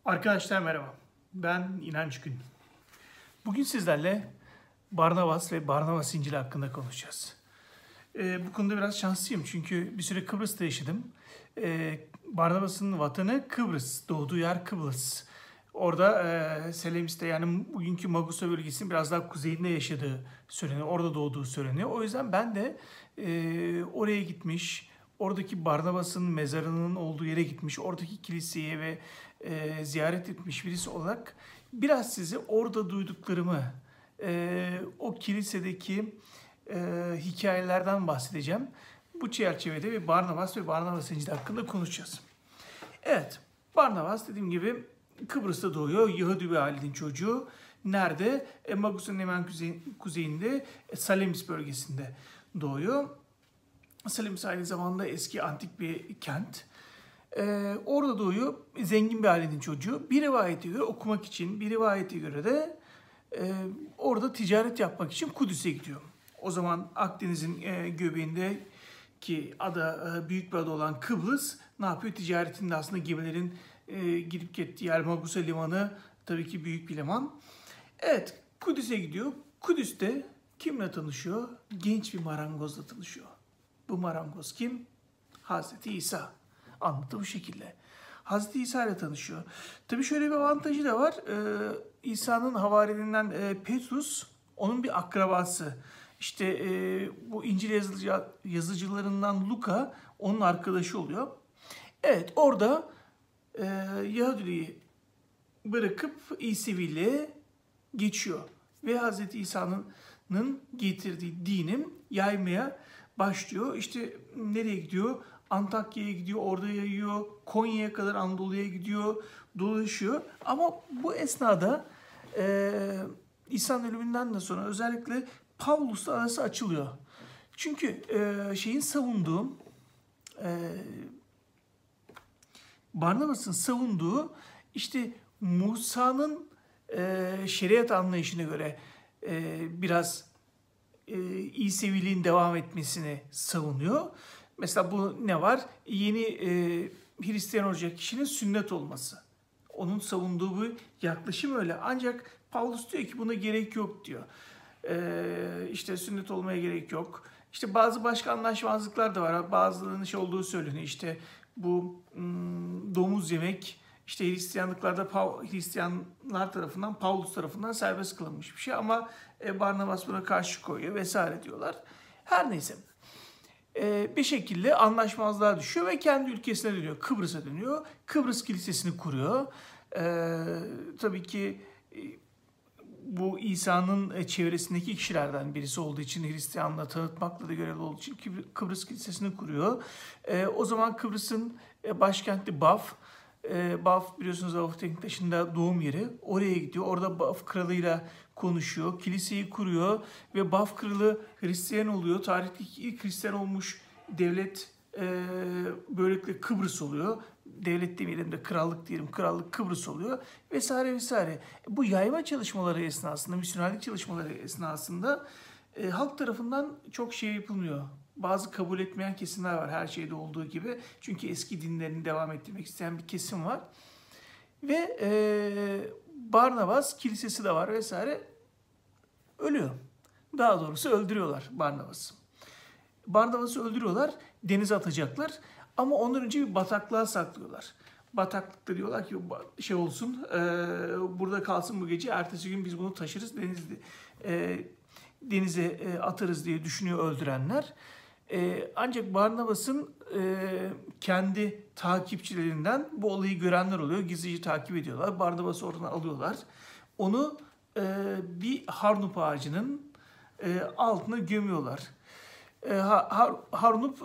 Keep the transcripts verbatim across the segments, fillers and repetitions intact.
Arkadaşlar merhaba. Ben İnanç Gün. Bugün sizlerle Barnabas ve Barnabas İncili hakkında konuşacağız. Ee, bu konuda biraz şanslıyım çünkü bir süre Kıbrıs'ta yaşadım. Ee, Barnabas'ın vatanı Kıbrıs, doğduğu yer Kıbrıs. Orada e, Selemis'te yani bugünkü Magusa bölgesinin biraz daha kuzeyinde yaşadığı söyleniyor. Orada doğduğu söyleniyor. O yüzden ben de e, oraya gitmiş, oradaki Barnabas'ın mezarının olduğu yere gitmiş, oradaki kiliseye ve e, ziyaret etmiş birisi olarak biraz size orada duyduklarımı, e, o kilisedeki e, hikayelerden bahsedeceğim. Bu çerçevede ve Barnabas ve Barnabas İncili hakkında konuşacağız. Evet, Barnabas dediğim gibi Kıbrıs'ta doğuyor. Yahudi bir ailenin çocuğu. Nerede? E, Magusa'nın hemen kuzey, kuzeyinde e, Salamis bölgesinde doğuyor. Salamis aynı zamanda eski antik bir kent. Ee, orada doğuyor. Zengin bir ailenin çocuğu. Bir rivayete göre okumak için, bir rivayete göre de e, orada ticaret yapmak için Kudüs'e gidiyor. O zaman Akdeniz'in e, göbeğinde ki ada e, büyük bir ada olan Kıbrıs ne yapıyor? Ticaretinde aslında gemilerin e, gidip gittiği yer Magusa Limanı tabii ki büyük bir liman. Evet, Kudüs'e gidiyor. Kudüs'te kimle tanışıyor? Genç bir marangozla tanışıyor. Bu marangoz kim? Hazreti İsa. Anlatı bu şekilde. Hazreti İsa ile tanışıyor. Tabii şöyle bir avantajı da var. Ee, İsa'nın havarilerinden e, Petrus onun bir akrabası. İşte e, bu İncil yazıcı, yazıcılarından Luka onun arkadaşı oluyor. Evet, orada e, Yahudiliği bırakıp İseviliğe geçiyor. Ve Hazreti İsa'nın getirdiği dinim yaymaya başlıyor. İşte nereye gidiyor? Antakya'ya gidiyor, orada yayıyor. Konya'ya kadar Anadolu'ya gidiyor, dolaşıyor. Ama bu esnada e, İsa'nın ölümünden de sonra özellikle Pavlus'la arası açılıyor. Çünkü e, şeyin savunduğu, e, Barnabas'ın savunduğu işte Musa'nın e, şeriat anlayışına göre e, biraz e, İseviliğin devam etmesini savunuyor. Mesela bu ne var? Yeni e, Hristiyan olacak kişinin sünnet olması. Onun savunduğu bu yaklaşım öyle. Ancak Paulus diyor ki buna gerek yok diyor. E, işte sünnet olmaya gerek yok. İşte bazı başka anlaşmazlıklar da var. Bazılarının şey olduğu söyleniyor. İşte bu ım, domuz yemek işte Hristiyanlıklarda Hristiyanlar tarafından Paulus tarafından serbest kılınmış bir şey ama e, Barnabas buna karşı koyuyor vesaire diyorlar. Her neyse. Ee, bir şekilde anlaşmazlığa düşüyor ve kendi ülkesine dönüyor. Kıbrıs'a dönüyor. Kıbrıs Kilisesi'ni kuruyor. Ee, tabii ki e, bu İsa'nın çevresindeki kişilerden birisi olduğu için Hristiyanlığı tanıtmakla da görevli olduğu için Kıbrıs Kilisesi'ni kuruyor. Ee, o zaman Kıbrıs'ın başkenti Baf. Ee, Baf biliyorsunuz Avrupa Tekniktaşı'nda doğum yeri. Oraya gidiyor. Orada Baf kralıyla konuşuyor. Kiliseyi kuruyor ve Baf kralı Hristiyan oluyor. Tarihteki ilk Hristiyan olmuş devlet e, böylelikle Kıbrıs oluyor. Devlet demeyelim de krallık diyelim. Krallık Kıbrıs oluyor vesaire vesaire. Bu yayma çalışmaları esnasında, misyonerlik çalışmaları esnasında e, halk tarafından çok şey yapılmıyor. Bazı kabul etmeyen kesimler var her şeyde olduğu gibi. Çünkü eski dinlerini devam ettirmek isteyen bir kesim var. Ve e, Barnabas kilisesi de var vesaire. Ölüyor. Daha doğrusu öldürüyorlar Barnabas'ı. Barnabas'ı öldürüyorlar. Denize atacaklar. Ama ondan önce bir bataklığa saklıyorlar. Bataklıkta diyorlar ki şey olsun e, burada kalsın bu gece. Ertesi gün biz bunu taşırız denizde, e, denize e, atarız diye düşünüyor öldürenler. Ee, ancak Barnabas'ın e, kendi takipçilerinden bu olayı görenler oluyor. Gizlice takip ediyorlar. Barnabas'ı oradan alıyorlar. Onu e, bir harnup ağacının e, altına gömüyorlar. E, har, harnup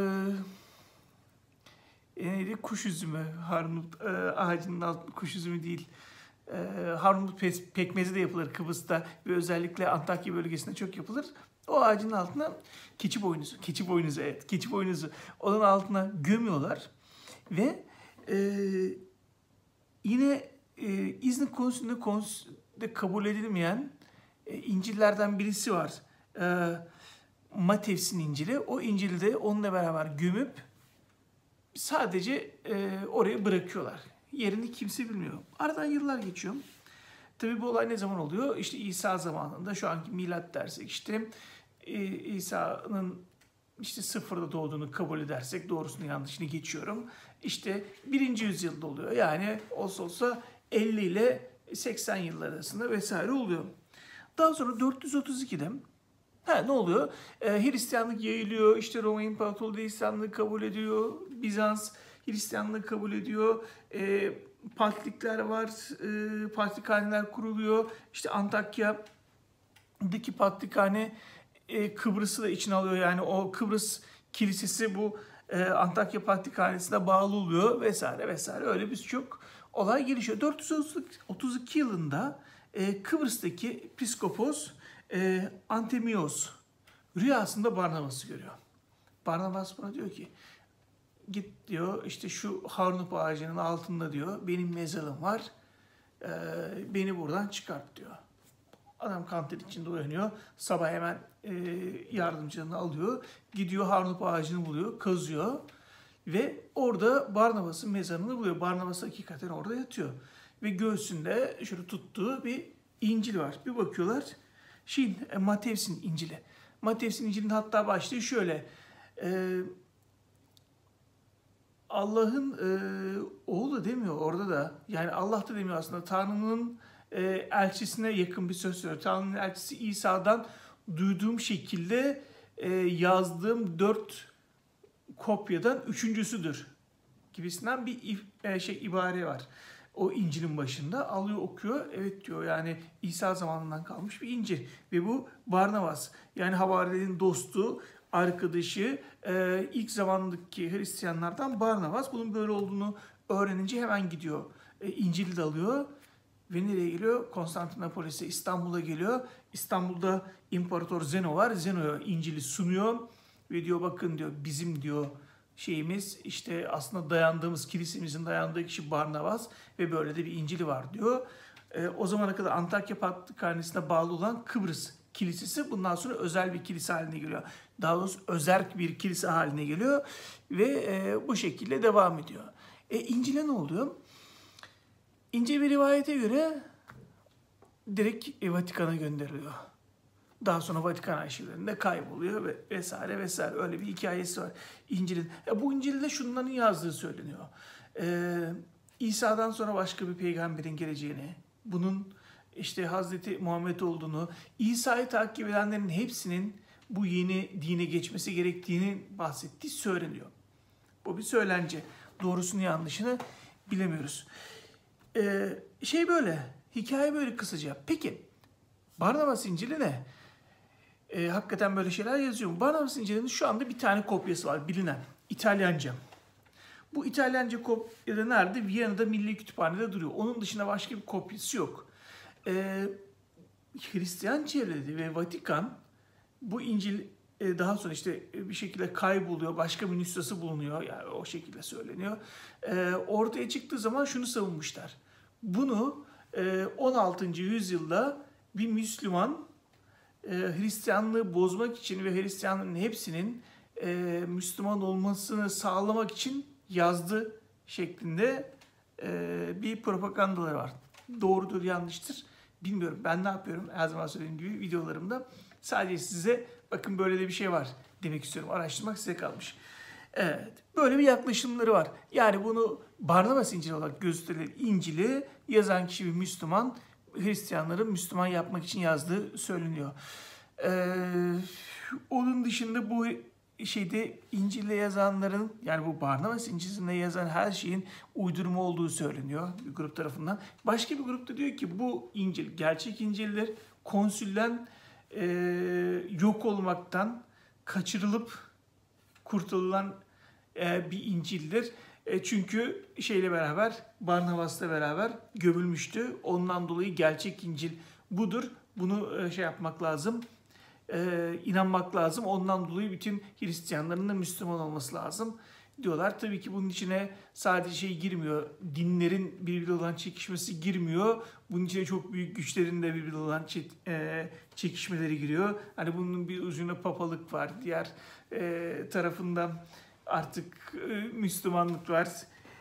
e, neydi? Kuş üzümü. Harnup e, ağacının altında kuş üzümü değil. E, harnup pekmezi de yapılır Kıbrıs'ta ve özellikle Antakya bölgesinde çok yapılır. O ağacın altına keçi boynuzu, keçi boynuzu evet, keçi boynuzu onun altına gömüyorlar ve e, yine e, İznik konusunda, konusunda kabul edilmeyen e, İncil'lerden birisi var. E, Matevs'in İncil'i. O İncil'de onunla beraber gömüp sadece e, oraya bırakıyorlar. Yerini kimse bilmiyor. Aradan yıllar geçiyor. Tabii bu olay ne zaman oluyor? İşte İsa zamanında, şu anki milat dersek işte e, İsa'nın işte sıfırda doğduğunu kabul edersek, doğrusunu yanlışını geçiyorum. İşte birinci yüzyılda oluyor. Yani olsa olsa elli ile seksen yıllar arasında vesaire oluyor. Daha sonra dört yüz otuz ikide ha, ne oluyor? Ee, Hristiyanlık yayılıyor. İşte Roma İmparatorluğu Hristiyanlığı kabul ediyor. Bizans Hristiyanlığı kabul ediyor. Ee, Patrikler var. E, patrikhaneler kuruluyor. İşte Antakya'daki patrikhane e, Kıbrıs'ı da içine alıyor. Yani o Kıbrıs Kilisesi bu e, Antakya Patrikhanesi'ne bağlı oluyor vesaire vesaire. Öyle birçok olay gelişiyor. dört yüz otuz iki yılında e, Kıbrıs'taki Piskopos e, Antemios rüyasında Barnabas'ı görüyor. Barnabas buna diyor ki, git diyor işte şu harnup ağacının altında diyor benim mezarım var. E, beni buradan çıkart diyor. Adam kanter içinde uyanıyor. Sabah hemen e, yardımcılığını alıyor. Gidiyor harnup ağacını buluyor, kazıyor. Ve orada Barnabas'ın mezarını buluyor. Barnabas hakikaten orada yatıyor. Ve göğsünde şöyle tuttuğu bir İncil var. Bir bakıyorlar, şeyin, e, Matevs'in İncil'i. Matevs'in İncil'inde hatta başlığı şöyle. E, Allah'ın e, oğlu demiyor orada da. Yani Allah da demiyor aslında. Tanrı'nın e, elçisine yakın bir söz söylüyor. Tanrı'nın elçisi İsa'dan duyduğum şekilde e, yazdığım dört kopyadan üçüncüsüdür gibisinden bir e, şey ibare var. O İncil'in başında alıyor okuyor. Evet diyor, yani İsa zamanından kalmış bir İncil. Ve bu Barnabas, yani havarilerin dostu, arkadaşı, e, ilk zamandaki Hristiyanlardan Barnabas. Bunun böyle olduğunu öğrenince hemen gidiyor. E, İncil'i de alıyor. Ve nereye geliyor? Konstantinopolis'e, İstanbul'a geliyor. İstanbul'da İmparator Zeno var. Zeno'ya İncil'i sunuyor. Ve diyor bakın diyor, bizim diyor şeyimiz işte aslında dayandığımız, kilisemizin dayandığı kişi Barnabas ve böyle de bir İncil'i var diyor. E, o zamana kadar Antakya Patrikhanesi'ne bağlı olan Kıbrıs Kilisesi bundan sonra özel bir kilise haline geliyor. Daha doğrusu özerk bir kilise haline geliyor ve e, bu şekilde devam ediyor. E, İncil'e ne oluyor? İnce bir rivayete göre direkt Vatikan'a gönderiliyor. Daha sonra Vatikan arşivlerinde kayboluyor ve vesaire vesaire, öyle bir hikayesi var İncil'in. E bu İncil'de şunların yazdığı söyleniyor. Ee, İsa'dan sonra başka bir peygamberin geleceğini, bunun işte Hazreti Muhammed olduğunu, İsa'yı takip edenlerin hepsinin bu yeni dine geçmesi gerektiğini bahsettiği söyleniyor. Bu bir söylence. Doğrusunu yanlışını bilemiyoruz. Ee, şey böyle, hikaye böyle kısaca. Peki Barnabas İncil'i ne? E, hakikaten böyle şeyler yazıyor mu? Barnabas İncil'inin şu anda bir tane kopyası var bilinen. İtalyanca. Bu İtalyanca kopyada nerede? Viyana'da Milli Kütüphane'de duruyor. Onun dışında başka bir kopyası yok. E, Hristiyan çevreleri ve Vatikan bu İncil e, daha sonra işte bir şekilde kayboluyor. Başka bir nüshası bulunuyor. Yani o şekilde söyleniyor. E, ortaya çıktığı zaman şunu savunmuşlar. Bunu e, on altıncı yüzyılda bir Müslüman Hristiyanlığı bozmak için ve Hristiyanlığın hepsinin e, Müslüman olmasını sağlamak için yazdı şeklinde e, bir propagandaları var. Doğrudur, yanlıştır bilmiyorum. Ben ne yapıyorum? Her zaman söylediğim gibi videolarımda sadece size bakın böyle de bir şey var demek istiyorum. Araştırmak size kalmış. Evet, böyle bir yaklaşımları var. Yani bunu Barnabas İncil olarak gösterilen İncil'i yazan kişi bir Müslüman, Hristiyanları Müslüman yapmak için yazdığı söyleniyor. Ee, onun dışında bu şeyde İncil'de yazanların, yani bu Barnabas İncil'inde yazan her şeyin uydurma olduğu söyleniyor bir grup tarafından. Başka bir grup da diyor ki bu İncil gerçek İncil'dir. Konsülden e, yok olmaktan kaçırılıp kurtulan e, bir İncil'dir. E, çünkü şeyle beraber, Barnabas'la beraber gömülmüştü. Ondan dolayı gerçek İncil budur. Bunu e, şey yapmak lazım, e, inanmak lazım. Ondan dolayı bütün Hristiyanların da Müslüman olması lazım diyorlar. Tabii ki bunun içine sadece şey girmiyor, dinlerin birbiriyle olan çekişmesi girmiyor. Bunun içine çok büyük güçlerin de birbiriyle olan e, çekişmeleri giriyor. Hani bunun bir ucunda papalık var, diğer e, tarafından artık e, Müslümanlık var.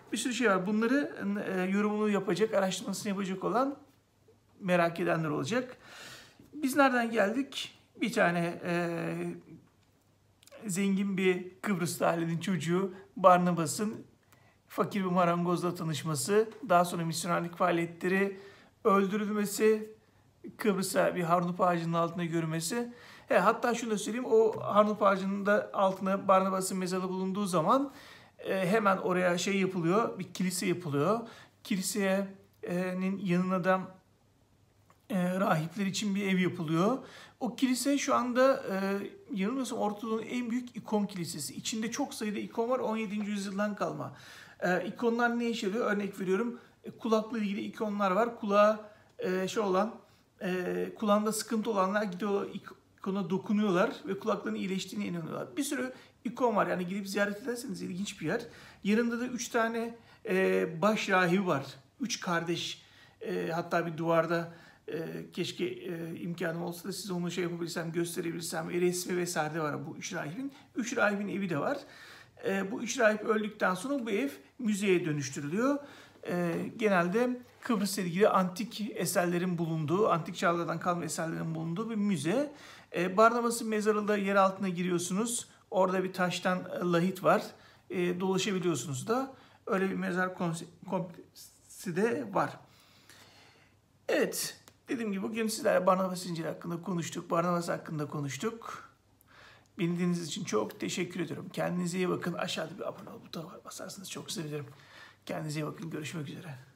Bir sürü şey var. Bunları e, yorumunu yapacak, araştırmasını yapacak olan, merak edenler olacak. Biz nereden geldik? Bir tane e, zengin bir Kıbrıslı ailenin çocuğu Barnabas'ın fakir bir marangozla tanışması, daha sonra misyonerlik faaliyetleri, öldürülmesi, Kıbrıs'a bir harnup ağacının altına görmesi. He, hatta şunu da söyleyeyim, o harnup ağacının da altına Barnabas'ın mezarı bulunduğu zaman e, hemen oraya şey yapılıyor, bir kilise yapılıyor. Kilisenin yanına da e, rahipler için bir ev yapılıyor. O kilise şu anda e, yanılmıyorsam Ortadoğu'nun en büyük ikon kilisesi. İçinde çok sayıda ikon var, on yedinci yüzyıldan kalma. E, ikonlar ne işe yarıyor? Örnek veriyorum, e, kulakla ilgili ikonlar var. Kulağa e, şey olan, e, kulağında sıkıntı olanlar gidiyor ikona dokunuyorlar ve kulaklarının iyileştiğine inanıyorlar. Bir sürü ikon var, yani gidip ziyaret ederseniz ilginç bir yer. Yanında da üç tane e, baş rahibi var. Üç kardeş, e, hatta bir duvarda e, keşke e, imkanım olsa da size onu şey yapabilsem, gösterebilsem. E, resmi vesaire de var bu üç rahibin. Üç rahibin evi de var. E, bu üç rahip öldükten sonra bu ev müzeye dönüştürülüyor. E, genelde Kıbrıs'la ilgili antik eserlerin bulunduğu, antik çağlardan kalma eserlerin bulunduğu bir müze. E, Barnabas'ın mezarında yer altına giriyorsunuz. Orada bir taştan lahit var. E, dolaşabiliyorsunuz da. Öyle bir mezar kompleksi de var. Evet, dediğim gibi bugün sizlerle Barnabas İncil hakkında konuştuk. Barnabas hakkında konuştuk. Beni dinlediğiniz için çok teşekkür ediyorum. Kendinize iyi bakın. Aşağıda bir abone ol butonu var. Basarsanız çok sevinirim. Kendinize iyi bakın. Görüşmek üzere.